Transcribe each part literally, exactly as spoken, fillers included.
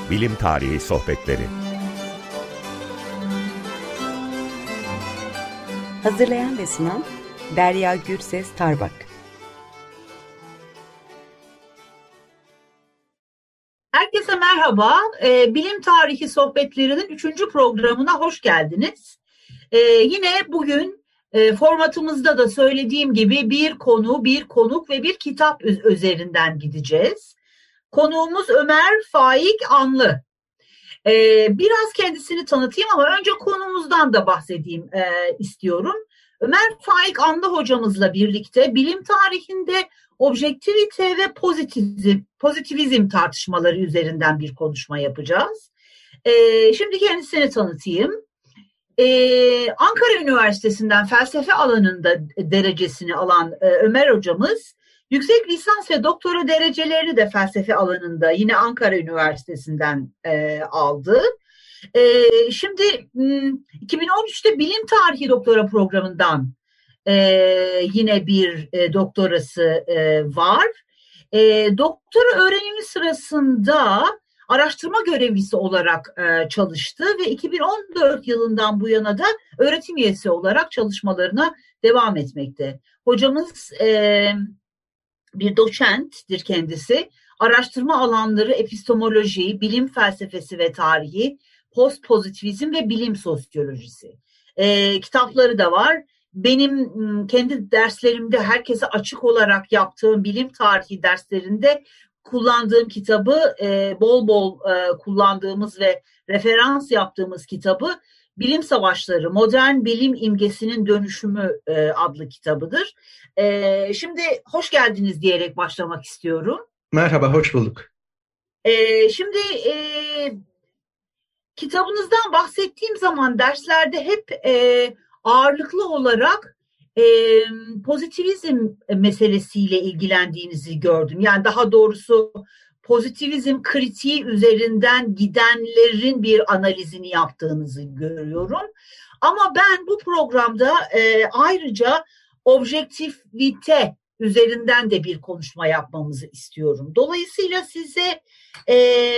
Bilim Tarihi Sohbetleri. Hazırlayan ve sunan Derya Gürses Tarbak. Herkese merhaba. Ee, Bilim Tarihi Sohbetleri'nin üçüncü programına hoş geldiniz. Ee, yine bugün e, formatımızda da söylediğim gibi bir konu, bir konuk ve bir kitap üzerinden gideceğiz. Konuğumuz Ömer Faik Anlı. Ee, biraz kendisini tanıtayım ama önce konumuzdan da bahsedeyim e, istiyorum. Ömer Faik Anlı hocamızla birlikte bilim tarihinde objektivite ve pozitivizm, pozitivizm tartışmaları üzerinden bir konuşma yapacağız. Ee, şimdi kendisini tanıtayım. Ee, Ankara Üniversitesi'nden felsefe alanında derecesini alan e, Ömer hocamız, yüksek lisans ve doktora derecelerini de felsefe alanında yine Ankara Üniversitesi'nden e, aldı. E, şimdi iki bin on üçte bilim tarihi doktora programından e, yine bir e, doktorası e, var. E, doktora öğrenimi sırasında araştırma görevlisi olarak e, çalıştı ve iki bin on dört yılından bu yana da öğretim üyesi olarak çalışmalarına devam etmekte. Hocamız e, bir doçenttir kendisi. Araştırma alanları epistemoloji, bilim felsefesi ve tarihi, postpozitivizm ve bilim sosyolojisi. E, kitapları da var. Benim kendi derslerimde herkese açık olarak yaptığım bilim tarihi derslerinde kullandığım kitabı, e, bol bol e, kullandığımız ve referans yaptığımız kitabı Bilim Savaşları, Modern Bilim İmgesinin Dönüşümü e, adlı kitabıdır. E, şimdi hoş geldiniz diyerek başlamak istiyorum. Merhaba, hoş bulduk. E, şimdi e, kitabınızdan bahsettiğim zaman derslerde hep e, ağırlıklı olarak e, pozitivizm meselesiyle ilgilendiğinizi gördüm. Yani daha doğrusu pozitivizm kritiği üzerinden gidenlerin bir analizini yaptığınızı görüyorum. Ama ben bu programda e, ayrıca objektivite üzerinden de bir konuşma yapmamızı istiyorum. Dolayısıyla size e,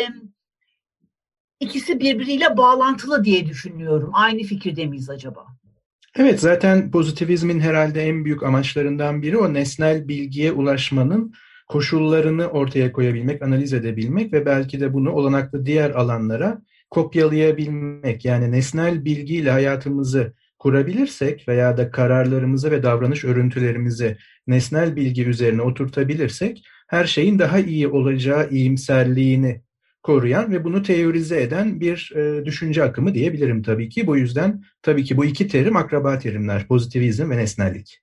ikisi birbiriyle bağlantılı diye düşünüyorum. Aynı fikirde miyiz acaba? Evet, zaten pozitivizmin herhalde en büyük amaçlarından biri o nesnel bilgiye ulaşmanın koşullarını ortaya koyabilmek, analiz edebilmek ve belki de bunu olanaklı diğer alanlara kopyalayabilmek. Yani nesnel bilgiyle hayatımızı kurabilirsek veya da kararlarımızı ve davranış örüntülerimizi nesnel bilgi üzerine oturtabilirsek her şeyin daha iyi olacağı iyimserliğini koruyan ve bunu teorize eden bir e, düşünce akımı diyebilirim tabii ki. Bu yüzden tabii ki bu iki terim akraba terimler, pozitivizm ve nesnellik.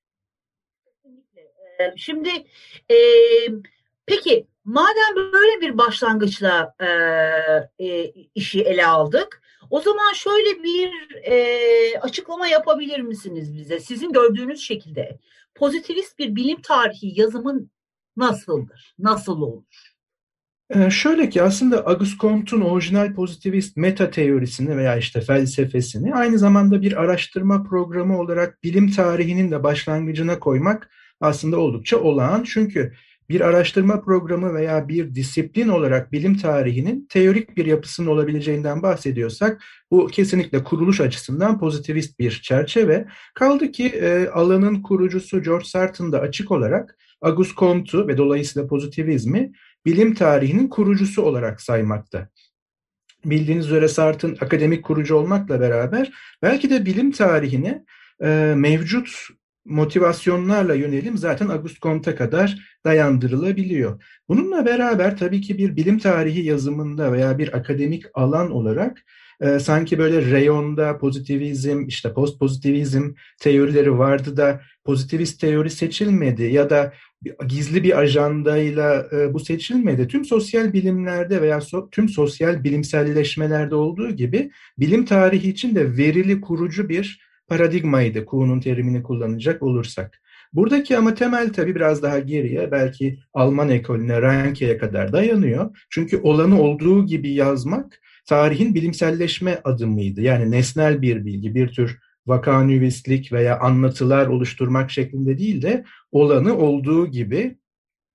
Şimdi e, peki madem böyle bir başlangıçla e, e, işi ele aldık, o zaman şöyle bir e, açıklama yapabilir misiniz bize? Sizin gördüğünüz şekilde pozitivist bir bilim tarihi yazımı nasıldır? Nasıl olur? Ee, şöyle ki aslında Auguste Comte'un orijinal pozitivist meta teorisini veya işte felsefesini aynı zamanda bir araştırma programı olarak bilim tarihinin de başlangıcına koymak aslında oldukça olağan. Çünkü bir araştırma programı veya bir disiplin olarak bilim tarihinin teorik bir yapısının olabileceğinden bahsediyorsak bu kesinlikle kuruluş açısından pozitivist bir çerçeve. Kaldı ki e, alanın kurucusu George Sarton da açık olarak Auguste Comte'u ve dolayısıyla pozitivizmi bilim tarihinin kurucusu olarak saymakta. Bildiğiniz üzere Sarton akademik kurucu olmakla beraber belki de bilim tarihine e, mevcut motivasyonlarla yönelim zaten Auguste Comte'a kadar dayandırılabiliyor. Bununla beraber tabii ki bir bilim tarihi yazımında veya bir akademik alan olarak e, sanki böyle reyonda pozitivizm, işte postpozitivizm teorileri vardı da pozitivist teori seçilmedi ya da gizli bir ajandayla e, bu seçilmedi. Tüm sosyal bilimlerde veya so, tüm sosyal bilimselleşmelerde olduğu gibi bilim tarihi için de verili kurucu bir paradigmaydı Kuhn'un terimini kullanacak olursak. Buradaki ama temel tabii biraz daha geriye belki Alman ekolüne, Ranke'ye kadar dayanıyor. Çünkü olanı olduğu gibi yazmak tarihin bilimselleşme adımıydı. Yani nesnel bir bilgi, bir tür vakanüvislik veya anlatılar oluşturmak şeklinde değil de olanı olduğu gibi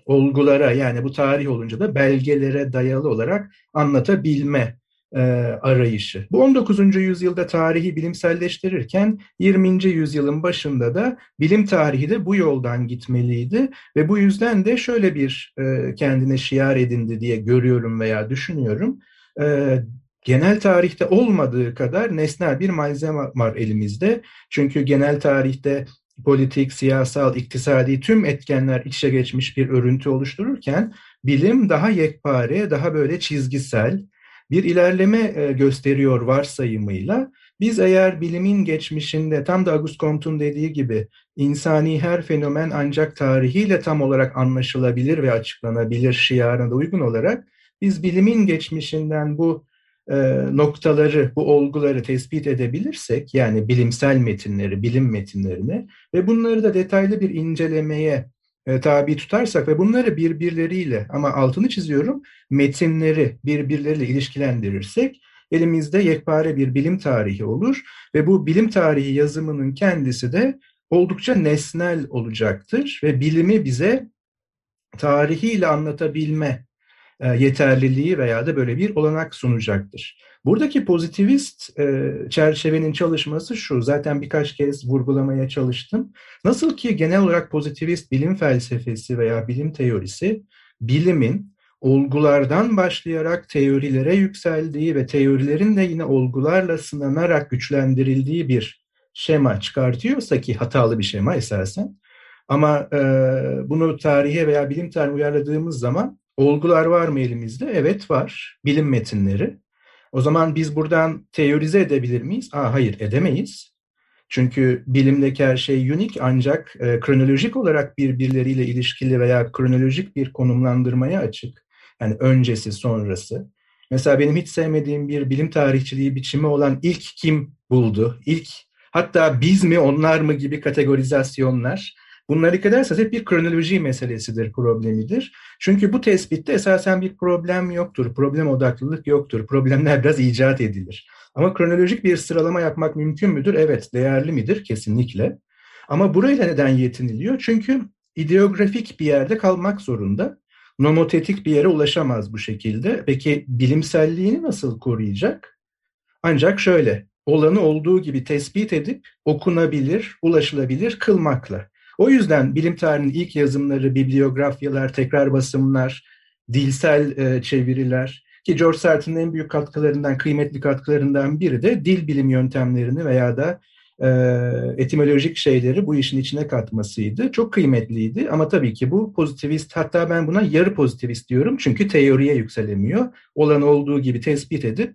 olgulara, yani bu tarih olunca da belgelere dayalı olarak anlatabilme e, arayışı. Bu on dokuzuncu yüzyılda tarihi bilimselleştirirken yirminci yüzyılın başında da bilim tarihi de bu yoldan gitmeliydi ve bu yüzden de şöyle bir e, kendine şiar edindi diye görüyorum veya düşünüyorum. E, genel tarihte olmadığı kadar nesnel bir malzeme var elimizde. Çünkü genel tarihte politik, siyasal, iktisadi tüm etkenler iç içe geçmiş bir örüntü oluştururken bilim daha yekpare, daha böyle çizgisel bir ilerleme gösteriyor varsayımıyla. Biz eğer bilimin geçmişinde tam da Auguste Comte'un dediği gibi insani her fenomen ancak tarihiyle tam olarak anlaşılabilir ve açıklanabilir şiarına da uygun olarak biz bilimin geçmişinden bu e, noktaları, bu olguları tespit edebilirsek, yani bilimsel metinleri, bilim metinlerini ve bunları da detaylı bir incelemeye e, tabi tutarsak ve bunları birbirleriyle, ama altını çiziyorum, metinleri birbirleriyle ilişkilendirirsek elimizde yekpare bir bilim tarihi olur ve bu bilim tarihi yazımının kendisi de oldukça nesnel olacaktır ve bilimi bize tarihiyle anlatabilme e, yeterliliği veya da böyle bir olanak sunacaktır. Buradaki pozitivist e, çerçevenin çalışması şu, zaten birkaç kez vurgulamaya çalıştım. Nasıl ki genel olarak pozitivist bilim felsefesi veya bilim teorisi, bilimin olgulardan başlayarak teorilere yükseldiği ve teorilerin de yine olgularla sınanarak güçlendirildiği bir şema çıkartıyorsa, ki hatalı bir şema esasen, ama e, bunu tarihe veya bilim tarihine uyarladığımız zaman olgular var mı elimizde? Evet, var. Bilim metinleri. O zaman biz buradan teorize edebilir miyiz? Aa, hayır, edemeyiz. Çünkü bilimdeki her şey unik, ancak e, kronolojik olarak birbirleriyle ilişkili veya kronolojik bir konumlandırmaya açık. Yani öncesi, sonrası. Mesela benim hiç sevmediğim bir bilim tarihçiliği biçimi olan ilk kim buldu? İlk, hatta biz mi, onlar mı gibi kategorizasyonlar. Bunlara dikkat ederseniz hep bir kronoloji meselesidir, problemidir. Çünkü bu tespitte esasen bir problem yoktur, problem odaklılık yoktur. Problemler biraz icat edilir. Ama kronolojik bir sıralama yapmak mümkün müdür? Evet. Değerli midir? Kesinlikle. Ama burayla neden yetiniliyor? Çünkü ideografik bir yerde kalmak zorunda. Nomotetik bir yere ulaşamaz bu şekilde. Peki bilimselliğini nasıl koruyacak? Ancak şöyle, olanı olduğu gibi tespit edip okunabilir, ulaşılabilir kılmakla. O yüzden bilim tarihinin ilk yazımları, bibliografyalar, tekrar basımlar, dilsel e, çeviriler, ki George Sartre'ın en büyük katkılarından, kıymetli katkılarından biri de dil bilim yöntemlerini veya da e, etimolojik şeyleri bu işin içine katmasıydı. Çok kıymetliydi ama tabii ki bu pozitivist, hatta ben buna yarı pozitivist diyorum çünkü teoriye yükselemiyor. Olan olduğu gibi tespit edip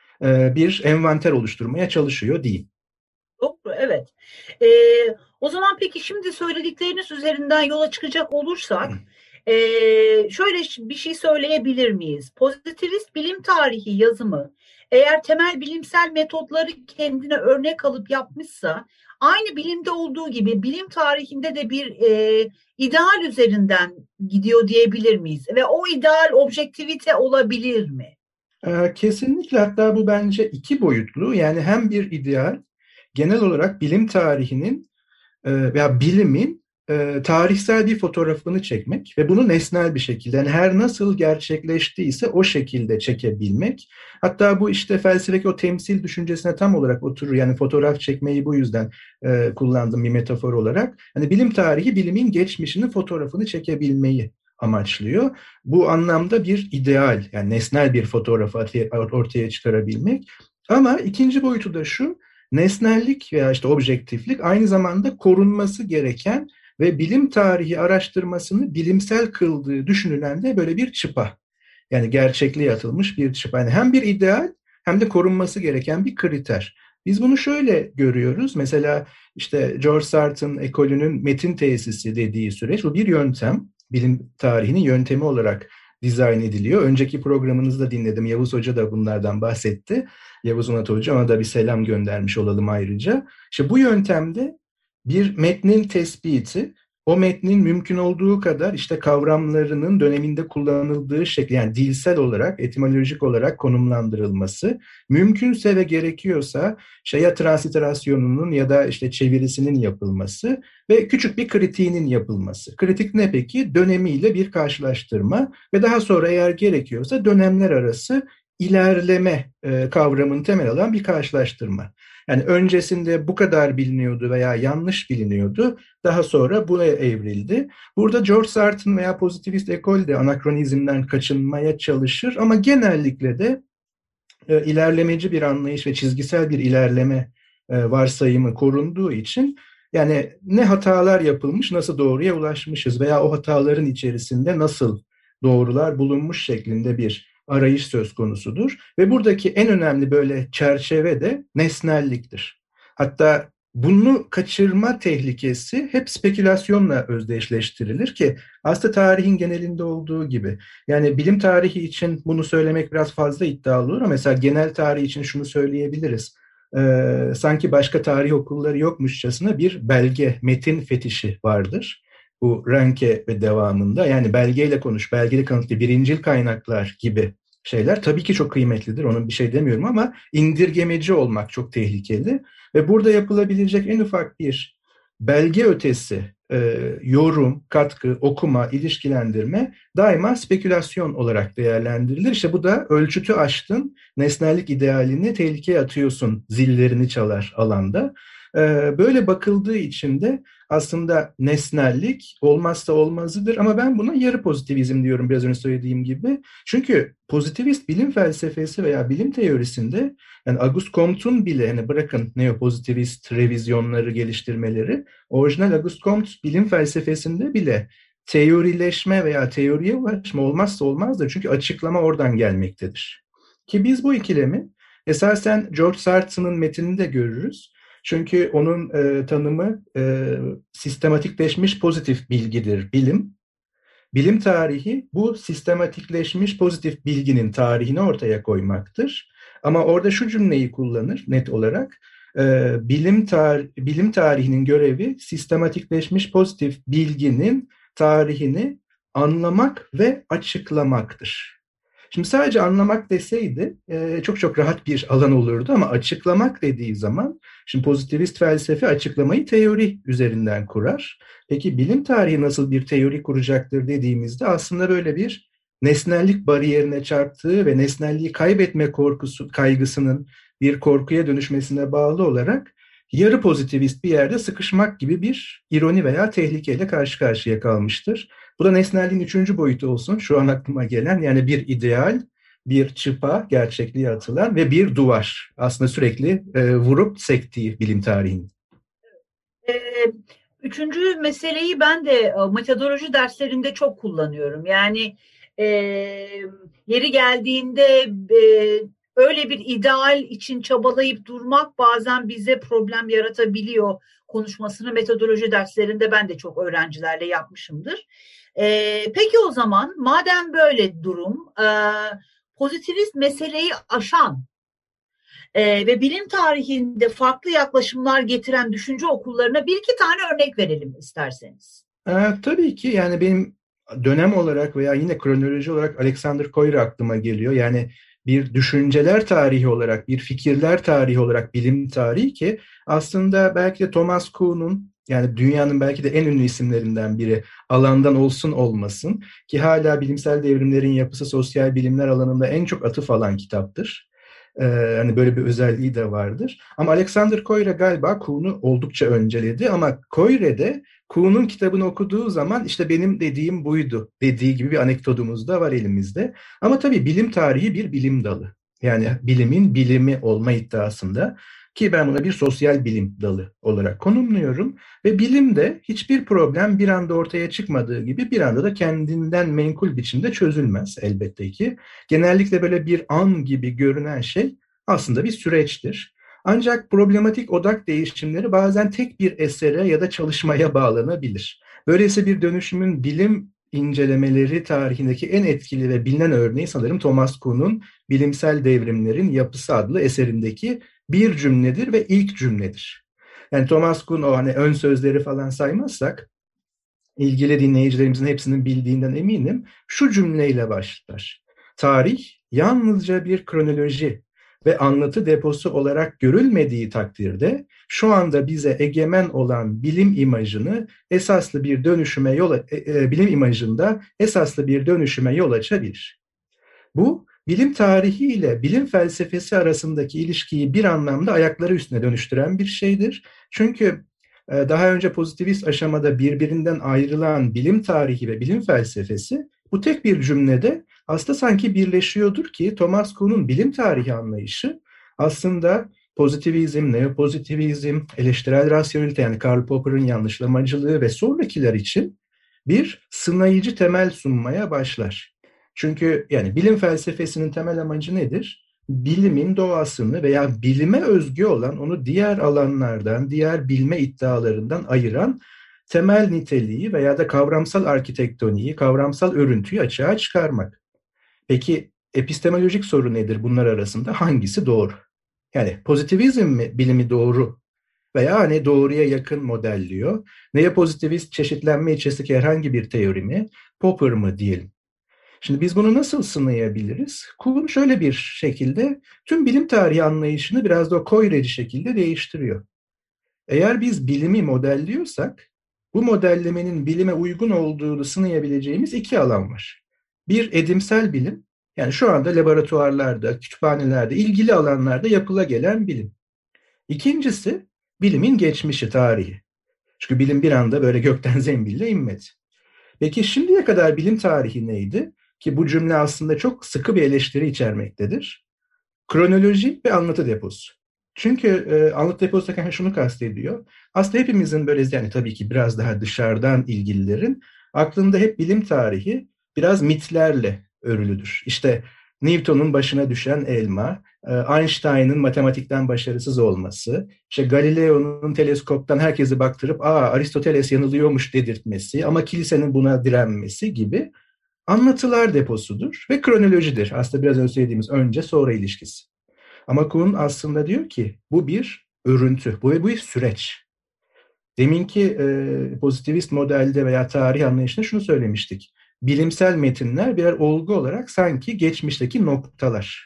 e, bir envanter oluşturmaya çalışıyor değil. Doğru, evet. Ee, o zaman peki şimdi söyledikleriniz üzerinden yola çıkacak olursak e, şöyle bir şey söyleyebilir miyiz? Pozitivist bilim tarihi yazımı eğer temel bilimsel metotları kendine örnek alıp yapmışsa, aynı bilimde olduğu gibi bilim tarihinde de bir e, ideal üzerinden gidiyor diyebilir miyiz? Ve o ideal objektivite olabilir mi? Kesinlikle, hatta bu bence iki boyutlu, yani hem bir ideal, genel olarak bilim tarihinin veya bilimin tarihsel bir fotoğrafını çekmek ve bunu nesnel bir şekilde, yani her nasıl gerçekleştiyse o şekilde çekebilmek. Hatta bu işte felsefedeki o temsil düşüncesine tam olarak oturur. Yani fotoğraf çekmeyi bu yüzden e, kullandığım bir metafor olarak. Yani bilim tarihi bilimin geçmişinin fotoğrafını çekebilmeyi amaçlıyor. Bu anlamda bir ideal, yani nesnel bir fotoğrafı ortaya çıkarabilmek. Ama ikinci boyutu da şu: nesnellik veya işte objektiflik aynı zamanda korunması gereken ve bilim tarihi araştırmasını bilimsel kıldığı düşünülen de böyle bir çıpa. Yani gerçekliğe atılmış bir çıpa. Yani hem bir ideal hem de korunması gereken bir kriter. Biz bunu şöyle görüyoruz. Mesela işte George Sartre'ın ekolünün metin tesisi dediği süreç, bu bir yöntem. Bilim tarihinin yöntemi olarak dizayn ediliyor. Önceki programınızda dinledim. Yavuz Hoca da bunlardan bahsetti. Yavuz Onat Hoca, ona da bir selam göndermiş olalım ayrıca. İşte bu yöntemde bir metnin tespiti o metnin mümkün olduğu kadar işte kavramlarının döneminde kullanıldığı şekli, yani dilsel olarak, etimolojik olarak konumlandırılması, mümkünse ve gerekiyorsa işte ya transliterasyonunun ya da işte çevirisinin yapılması ve küçük bir kritiğinin yapılması. Kritik ne peki? Dönemiyle bir karşılaştırma ve daha sonra eğer gerekiyorsa dönemler arası ilerleme e, kavramını temel alan bir karşılaştırma. Yani öncesinde bu kadar biliniyordu veya yanlış biliniyordu. Daha sonra buna evrildi. Burada George Sarton veya pozitivist ekol de anakronizmden kaçınmaya çalışır ama genellikle de e, ilerlemeci bir anlayış ve çizgisel bir ilerleme e, varsayımı korunduğu için, yani ne hatalar yapılmış, nasıl doğruya ulaşmışız veya o hataların içerisinde nasıl doğrular bulunmuş şeklinde bir arayış söz konusudur. Ve buradaki en önemli böyle çerçeve de nesnelliktir. Hatta bunu kaçırma tehlikesi hep spekülasyonla özdeşleştirilir ki aslında tarihin genelinde olduğu gibi. Yani bilim tarihi için bunu söylemek biraz fazla iddialı olur ama mesela genel tarih için şunu söyleyebiliriz. Ee, sanki başka tarih okulları yokmuşçasına bir belge, metin fetişi vardır. Bu Ranke ve devamında, yani belgeyle konuş, belgeyle kanıtlı, birincil kaynaklar gibi şeyler tabii ki çok kıymetlidir. Onun bir şey demiyorum ama indirgemeci olmak çok tehlikeli. Ve burada yapılabilecek en ufak bir belge ötesi e, yorum, katkı, okuma, ilişkilendirme daima spekülasyon olarak değerlendirilir. İşte bu da ölçütü aştın, nesnellik idealini tehlikeye atıyorsun zillerini çalar alanda. E, böyle bakıldığı için de aslında nesnellik olmazsa olmazıdır ama ben buna yarı pozitivizm diyorum biraz önce söylediğim gibi. Çünkü pozitivist bilim felsefesi veya bilim teorisinde, yani Auguste Comte'un bile, hani bırakın neopozitivist revizyonları, geliştirmeleri, orijinal Auguste Comte bilim felsefesinde bile teorileşme veya teoriye ulaşma olmazsa olmazdır. Çünkü açıklama oradan gelmektedir. Ki biz bu ikilemi esasen George Sarton'ın metninde görürüz. Çünkü onun e, tanımı e, sistematikleşmiş pozitif bilgidir bilim. Bilim tarihi bu sistematikleşmiş pozitif bilginin tarihini ortaya koymaktır. Ama orada şu cümleyi kullanır net olarak. E, bilim, tar bilim tarihinin görevi sistematikleşmiş pozitif bilginin tarihini anlamak ve açıklamaktır. Şimdi sadece anlamak deseydi e, çok çok rahat bir alan olurdu ama açıklamak dediği zaman, şimdi pozitivist felsefe açıklamayı teori üzerinden kurar. Peki bilim tarihi nasıl bir teori kuracaktır dediğimizde aslında böyle bir nesnellik bariyerine çarptığı ve nesnelliği kaybetme korkusu, kaygısının bir korkuya dönüşmesine bağlı olarak yarı pozitivist bir yerde sıkışmak gibi bir ironi veya tehlikeyle karşı karşıya kalmıştır. Bu da nesnelliğin üçüncü boyutu olsun şu an aklıma gelen, yani bir ideal, bir çıpa, gerçekliğe atılan ve bir duvar. Aslında sürekli e, vurup sektiği bilim tarihinin. Üçüncü meseleyi ben de metodoloji derslerinde çok kullanıyorum. Yani e, yeri geldiğinde e, öyle bir ideal için çabalayıp durmak bazen bize problem yaratabiliyor konuşmasını metodoloji derslerinde ben de çok öğrencilerle yapmışımdır. Ee, peki o zaman madem böyle durum, e, pozitivist meseleyi aşan e, ve bilim tarihinde farklı yaklaşımlar getiren düşünce okullarına bir iki tane örnek verelim isterseniz. Ee, tabii ki, yani benim dönem olarak veya yine kronoloji olarak Alexander Koyer aklıma geliyor. Yani bir düşünceler tarihi olarak, bir fikirler tarihi olarak bilim tarihi ki aslında belki de Thomas Kuhn'un, yani dünyanın belki de en ünlü isimlerinden biri, alandan olsun olmasın ki hala bilimsel devrimlerin yapısı sosyal bilimler alanında en çok atıf alan kitaptır. Ee, hani böyle bir özelliği de vardır. Ama Alexander Koyre galiba Kuhn'u oldukça önceledi ama Koyre de Kuhn'un kitabını okuduğu zaman işte benim dediğim buydu dediği gibi bir anekdotumuz da var elimizde. Ama tabii bilim tarihi bir bilim dalı. Yani bilimin bilimi olma iddiasında, ki ben buna bir sosyal bilim dalı olarak konumluyorum. Ve bilimde hiçbir problem bir anda ortaya çıkmadığı gibi bir anda da kendinden menkul biçimde çözülmez elbette ki. Genellikle böyle bir an gibi görünen şey aslında bir süreçtir. Ancak problematik odak değişimleri bazen tek bir esere ya da çalışmaya bağlanabilir. Böylesi bir dönüşümün bilim incelemeleri tarihindeki en etkili ve bilinen örneği sanırım Thomas Kuhn'un Bilimsel Devrimlerin Yapısı adlı eserindeki bir cümledir ve ilk cümledir. Yani Thomas Kuhn o hani ön sözleri falan saymazsak ilgili dinleyicilerimizin hepsinin bildiğinden eminim, şu cümleyle başlar. Tarih yalnızca bir kronoloji ve anlatı deposu olarak görülmediği takdirde şu anda bize egemen olan bilim imajını esaslı bir dönüşüme yol e, e, bilim imajında esaslı bir dönüşüme yol açabilir. Bu bilim tarihi ile bilim felsefesi arasındaki ilişkiyi bir anlamda ayakları üstüne dönüştüren bir şeydir. Çünkü daha önce pozitivist aşamada birbirinden ayrılan bilim tarihi ve bilim felsefesi bu tek bir cümlede aslında sanki birleşiyordur ki Thomas Kuhn'un bilim tarihi anlayışı aslında pozitivizm, neopozitivizm, eleştirel rasyonelite yani Karl Popper'ın yanlışlamacılığı ve sonrakiler için bir sınayıcı temel sunmaya başlar. Çünkü yani bilim felsefesinin temel amacı nedir? Bilimin doğasını veya bilime özgü olan onu diğer alanlardan, diğer bilme iddialarından ayıran temel niteliği veya da kavramsal arkitektoniği, kavramsal örüntüyü açığa çıkarmak. Peki epistemolojik soru nedir bunlar arasında? Hangisi doğru? Yani pozitivizm mi bilimi doğru veya hani doğruya yakın modelliyor? Neopozitivist çeşitlenme ilçesi herhangi bir teori mi? Popper mı diyelim? Şimdi biz bunu nasıl sınayabiliriz? Kuhn şöyle bir şekilde tüm bilim tarihi anlayışını biraz da o Koyreci şekilde değiştiriyor. Eğer biz bilimi modelliyorsak, bu modellemenin bilime uygun olduğunu sınayabileceğimiz iki alan var. Bir edimsel bilim, yani şu anda laboratuvarlarda, kütüphanelerde, ilgili alanlarda yapılagelen bilim. İkincisi, bilimin geçmişi, tarihi. Çünkü bilim bir anda böyle gökten zembille inmedi. Peki şimdiye kadar bilim tarihi neydi? Ki bu cümle aslında çok sıkı bir eleştiri içermektedir. Kronoloji ve anlatı deposu. Çünkü e, anlatı deposu derken şunu kastediyor. Aslında hepimizin böyle yani tabii ki biraz daha dışarıdan ilgililerin aklında hep bilim tarihi biraz mitlerle örülüdür. İşte Newton'un başına düşen elma, Einstein'ın matematikten başarısız olması, işte Galileo'nun teleskoptan herkesi baktırıp aa Aristoteles yanılıyormuş dedirtmesi ama kilisenin buna direnmesi gibi anlatılar deposudur ve kronolojidir. Aslında biraz önce söylediğimiz önce sonra ilişkisi. Ama Kuhn aslında diyor ki bu bir örüntü, bu ve bu bir süreç. Deminki e, pozitivist modelde veya tarih anlayışında şunu söylemiştik. Bilimsel metinler birer olgu olarak sanki geçmişteki noktalar.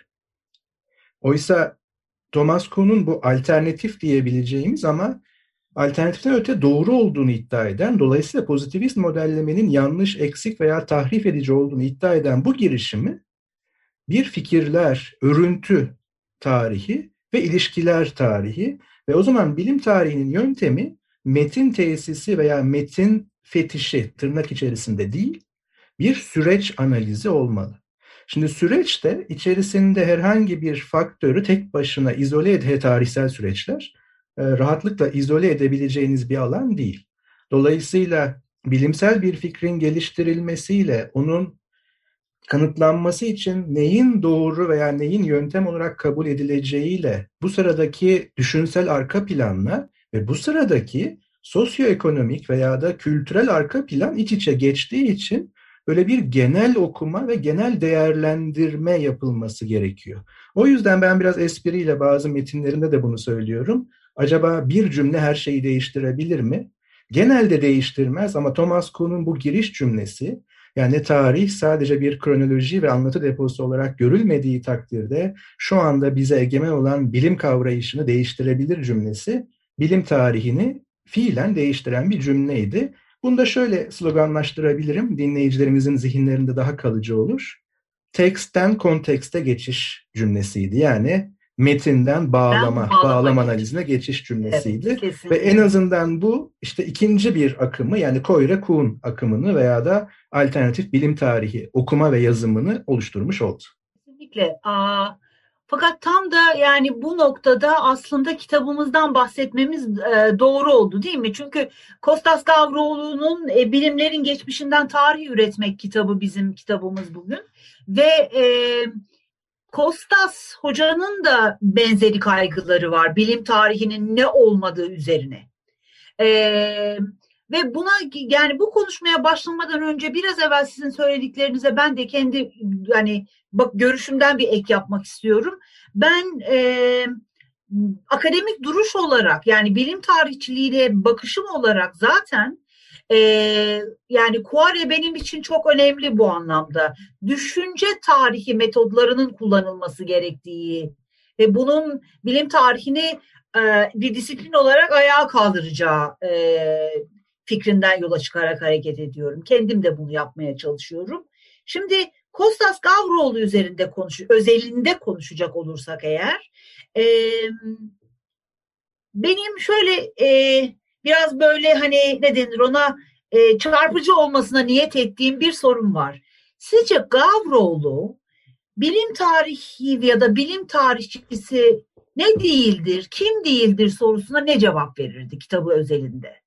Oysa Thomas Kuhn'un bu alternatif diyebileceğimiz ama alternatiften öte doğru olduğunu iddia eden, dolayısıyla pozitivist modellemenin yanlış, eksik veya tahrif edici olduğunu iddia eden bu girişimi bir fikirler, örüntü tarihi ve ilişkiler tarihi ve o zaman bilim tarihinin yöntemi metin tesisi veya metin fetişi tırnak içerisinde değil, bir süreç analizi olmalı. Şimdi süreçte içerisinde herhangi bir faktörü tek başına izole eden tarihsel süreçler rahatlıkla izole edebileceğiniz bir alan değil. Dolayısıyla bilimsel bir fikrin geliştirilmesiyle onun kanıtlanması için neyin doğru veya neyin yöntem olarak kabul edileceğiyle bu sıradaki düşünsel arka planla ve bu sıradaki sosyoekonomik veya da kültürel arka plan iç içe geçtiği için böyle bir genel okuma ve genel değerlendirme yapılması gerekiyor. O yüzden ben biraz espriyle bazı metinlerinde de bunu söylüyorum. Acaba bir cümle her şeyi değiştirebilir mi? Genelde değiştirmez ama Thomas Kuhn'un bu giriş cümlesi, yani tarih sadece bir kronoloji ve anlatı deposu olarak görülmediği takdirde şu anda bize egemen olan bilim kavrayışını değiştirebilir cümlesi, bilim tarihini fiilen değiştiren bir cümleydi. Bunu da şöyle sloganlaştırabilirim, dinleyicilerimizin zihinlerinde daha kalıcı olur. Teksten kontekste geçiş cümlesiydi. Yani metinden bağlama, bağlama, bağlama analizine geçiş cümlesiydi. Evet, ve en azından bu işte ikinci bir akımı yani Koyre-Kuhn akımını veya da alternatif bilim tarihi okuma ve yazımını oluşturmuş oldu. Kesinlikle. Aa, fakat tam da yani bu noktada aslında kitabımızdan bahsetmemiz e, doğru oldu değil mi? Çünkü Kostas Gavroğlu'nun e, Bilimlerin Geçmişinden Tarih Üretmek kitabı bizim kitabımız bugün. Ve e, Kostas Hoca'nın da benzeri kaygıları var bilim tarihinin ne olmadığı üzerine. Ee, ve buna yani bu konuşmaya başlamadan önce biraz evvel sizin söylediklerinize ben de kendi yani bak görüşümden bir ek yapmak istiyorum. Ben e, akademik duruş olarak yani bilim tarihçiliğine bakışım olarak zaten e, yani Kuare benim için çok önemli bu anlamda. Düşünce tarihi metodlarının kullanılması gerektiği ve bunun bilim tarihini e, bir disiplin olarak ayağa kaldıracağı e, fikrinden yola çıkarak hareket ediyorum. Kendim de bunu yapmaya çalışıyorum. Şimdi Kostas Gavroğlu üzerinde konuş, özelinde konuşacak olursak eğer, e, benim şöyle e, biraz böyle hani ne denir ona e, çarpıcı olmasına niyet ettiğim bir sorum var. Sizce Gavroğlu bilim tarihi ya da bilim tarihçisi ne değildir, kim değildir sorusuna ne cevap verirdi kitabı özelinde?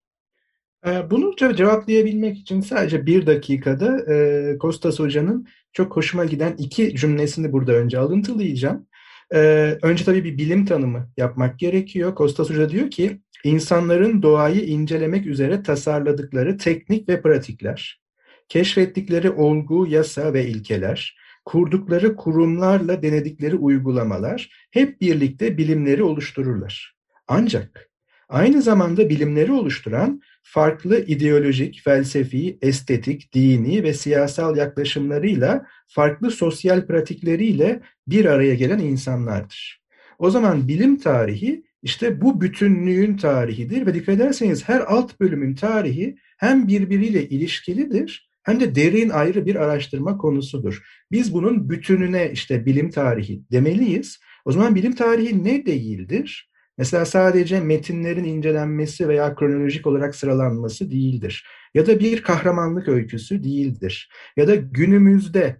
Bunu cevaplayabilmek için sadece bir dakikada e, Kostas Hoca'nın çok hoşuma giden iki cümlesini burada önce alıntılayacağım. E, önce tabii bir bilim tanımı yapmak gerekiyor. Kostas Hoca diyor ki, insanların doğayı incelemek üzere tasarladıkları teknik ve pratikler, keşfettikleri olgu, yasa ve ilkeler, kurdukları kurumlarla denedikleri uygulamalar hep birlikte bilimleri oluştururlar. Ancak aynı zamanda bilimleri oluşturan farklı ideolojik, felsefi, estetik, dini ve siyasal yaklaşımlarıyla, farklı sosyal pratikleriyle bir araya gelen insanlardır. O zaman bilim tarihi işte bu bütünlüğün tarihidir ve dikkat ederseniz her alt bölümün tarihi hem birbiriyle ilişkilidir hem de derin ayrı bir araştırma konusudur. Biz bunun bütününe işte bilim tarihi demeliyiz. O zaman bilim tarihi ne değildir? Mesela sadece metinlerin incelenmesi veya kronolojik olarak sıralanması değildir. Ya da bir kahramanlık öyküsü değildir. Ya da günümüzde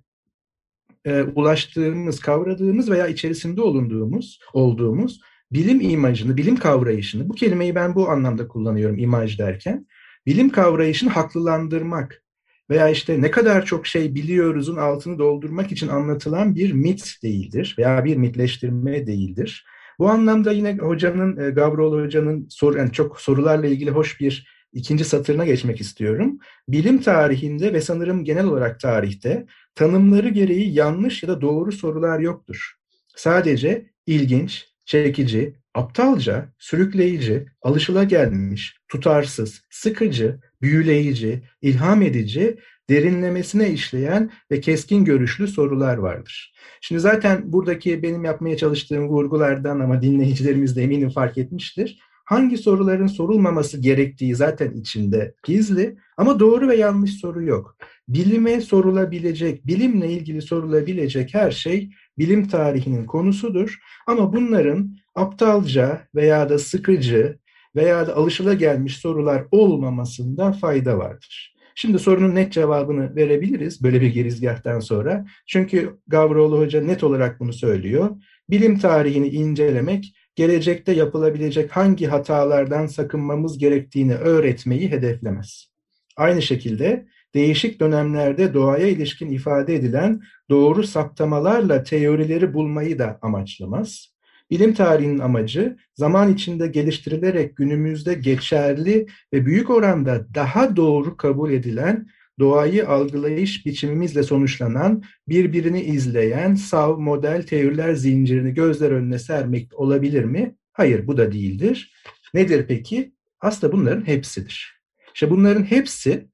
e, ulaştığımız, kavradığımız veya içerisinde olunduğumuz, olduğumuz bilim imajını, bilim kavrayışını, bu kelimeyi ben bu anlamda kullanıyorum imaj derken, bilim kavrayışını haklılandırmak veya işte ne kadar çok şey biliyoruzun altını doldurmak için anlatılan bir mit değildir veya bir mitleştirme değildir. Bu anlamda yine hocanın, Gavroğlu hocanın soru, yani çok sorularla ilgili hoş bir ikinci satırına geçmek istiyorum. Bilim tarihinde ve sanırım genel olarak tarihte tanımları gereği yanlış ya da doğru sorular yoktur. Sadece ilginç, çekici, aptalca, sürükleyici, alışılagelmiş, tutarsız, sıkıcı, büyüleyici, ilham edici, derinlemesine işleyen ve keskin görüşlü sorular vardır. Şimdi zaten buradaki benim yapmaya çalıştığım vurgulardan, ama dinleyicilerimiz de eminim fark etmiştir, hangi soruların sorulmaması gerektiği zaten içinde gizli, ama doğru ve yanlış soru yok. Bilime sorulabilecek, bilimle ilgili sorulabilecek her şey bilim tarihinin konusudur. Ama bunların aptalca veya da sıkıcı veya da alışılagelmiş sorular olmamasında fayda vardır. Şimdi sorunun net cevabını verebiliriz böyle bir girizgahtan sonra. Çünkü Gavroğlu Hoca net olarak bunu söylüyor. Bilim tarihini incelemek, gelecekte yapılabilecek hangi hatalardan sakınmamız gerektiğini öğretmeyi hedeflemez. Aynı şekilde değişik dönemlerde doğaya ilişkin ifade edilen doğru saptamalarla teorileri bulmayı da amaçlamaz. Bilim tarihinin amacı, zaman içinde geliştirilerek günümüzde geçerli ve büyük oranda daha doğru kabul edilen, doğayı algılayış biçimimizle sonuçlanan, birbirini izleyen sav model teoriler zincirini gözler önüne sermek olabilir mi? Hayır, bu da değildir. Nedir peki? Aslında bunların hepsidir. İşte bunların hepsi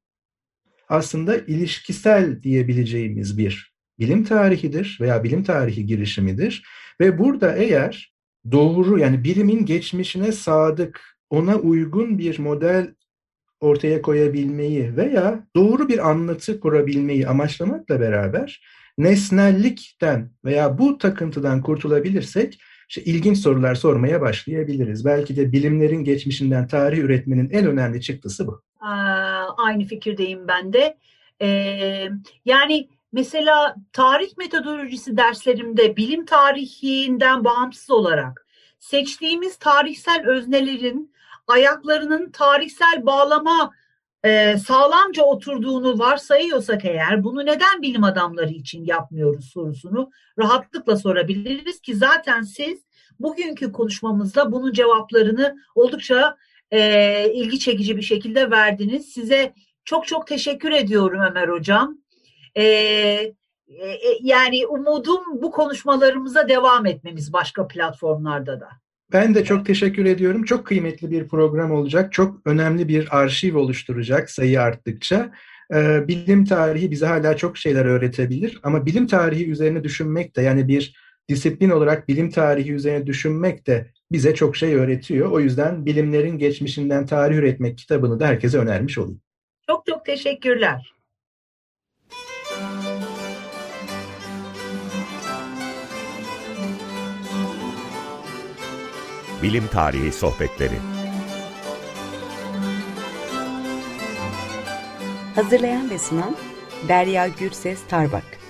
aslında ilişkisel diyebileceğimiz bir bilim tarihidir veya bilim tarihi girişimidir. Ve burada eğer doğru, yani bilimin geçmişine sadık, ona uygun bir model ortaya koyabilmeyi veya doğru bir anlatı kurabilmeyi amaçlamakla beraber nesnellikten veya bu takıntıdan kurtulabilirsek işte ilginç sorular sormaya başlayabiliriz. Belki de bilimlerin geçmişinden tarih üretmenin en önemli çıktısı bu. Aa, aynı fikirdeyim ben de. Ee, yani mesela tarih metodolojisi derslerimde bilim tarihinden bağımsız olarak seçtiğimiz tarihsel öznelerin ayaklarının tarihsel bağlama e, sağlamca oturduğunu varsayıyorsak eğer, bunu neden bilim adamları için yapmıyoruz sorusunu rahatlıkla sorabiliriz ki zaten siz bugünkü konuşmamızda bunun cevaplarını oldukça e, ilgi çekici bir şekilde verdiniz. Size çok çok teşekkür ediyorum Ömer Hocam. E, e, yani umudum bu konuşmalarımıza devam etmemiz başka platformlarda da. Ben de çok teşekkür ediyorum. Çok kıymetli bir program olacak. Çok önemli bir arşiv oluşturacak sayı arttıkça. Ee, bilim tarihi bize hala çok şeyler öğretebilir. Ama bilim tarihi üzerine düşünmek de, yani bir disiplin olarak bilim tarihi üzerine düşünmek de bize çok şey öğretiyor. O yüzden Bilimlerin Geçmişinden Tarih Üretmek kitabını da herkese önermiş olayım. Çok çok teşekkürler. Bilim Tarihi Sohbetleri. Hazırlayan ve sunan Derya Gürses Tarbak.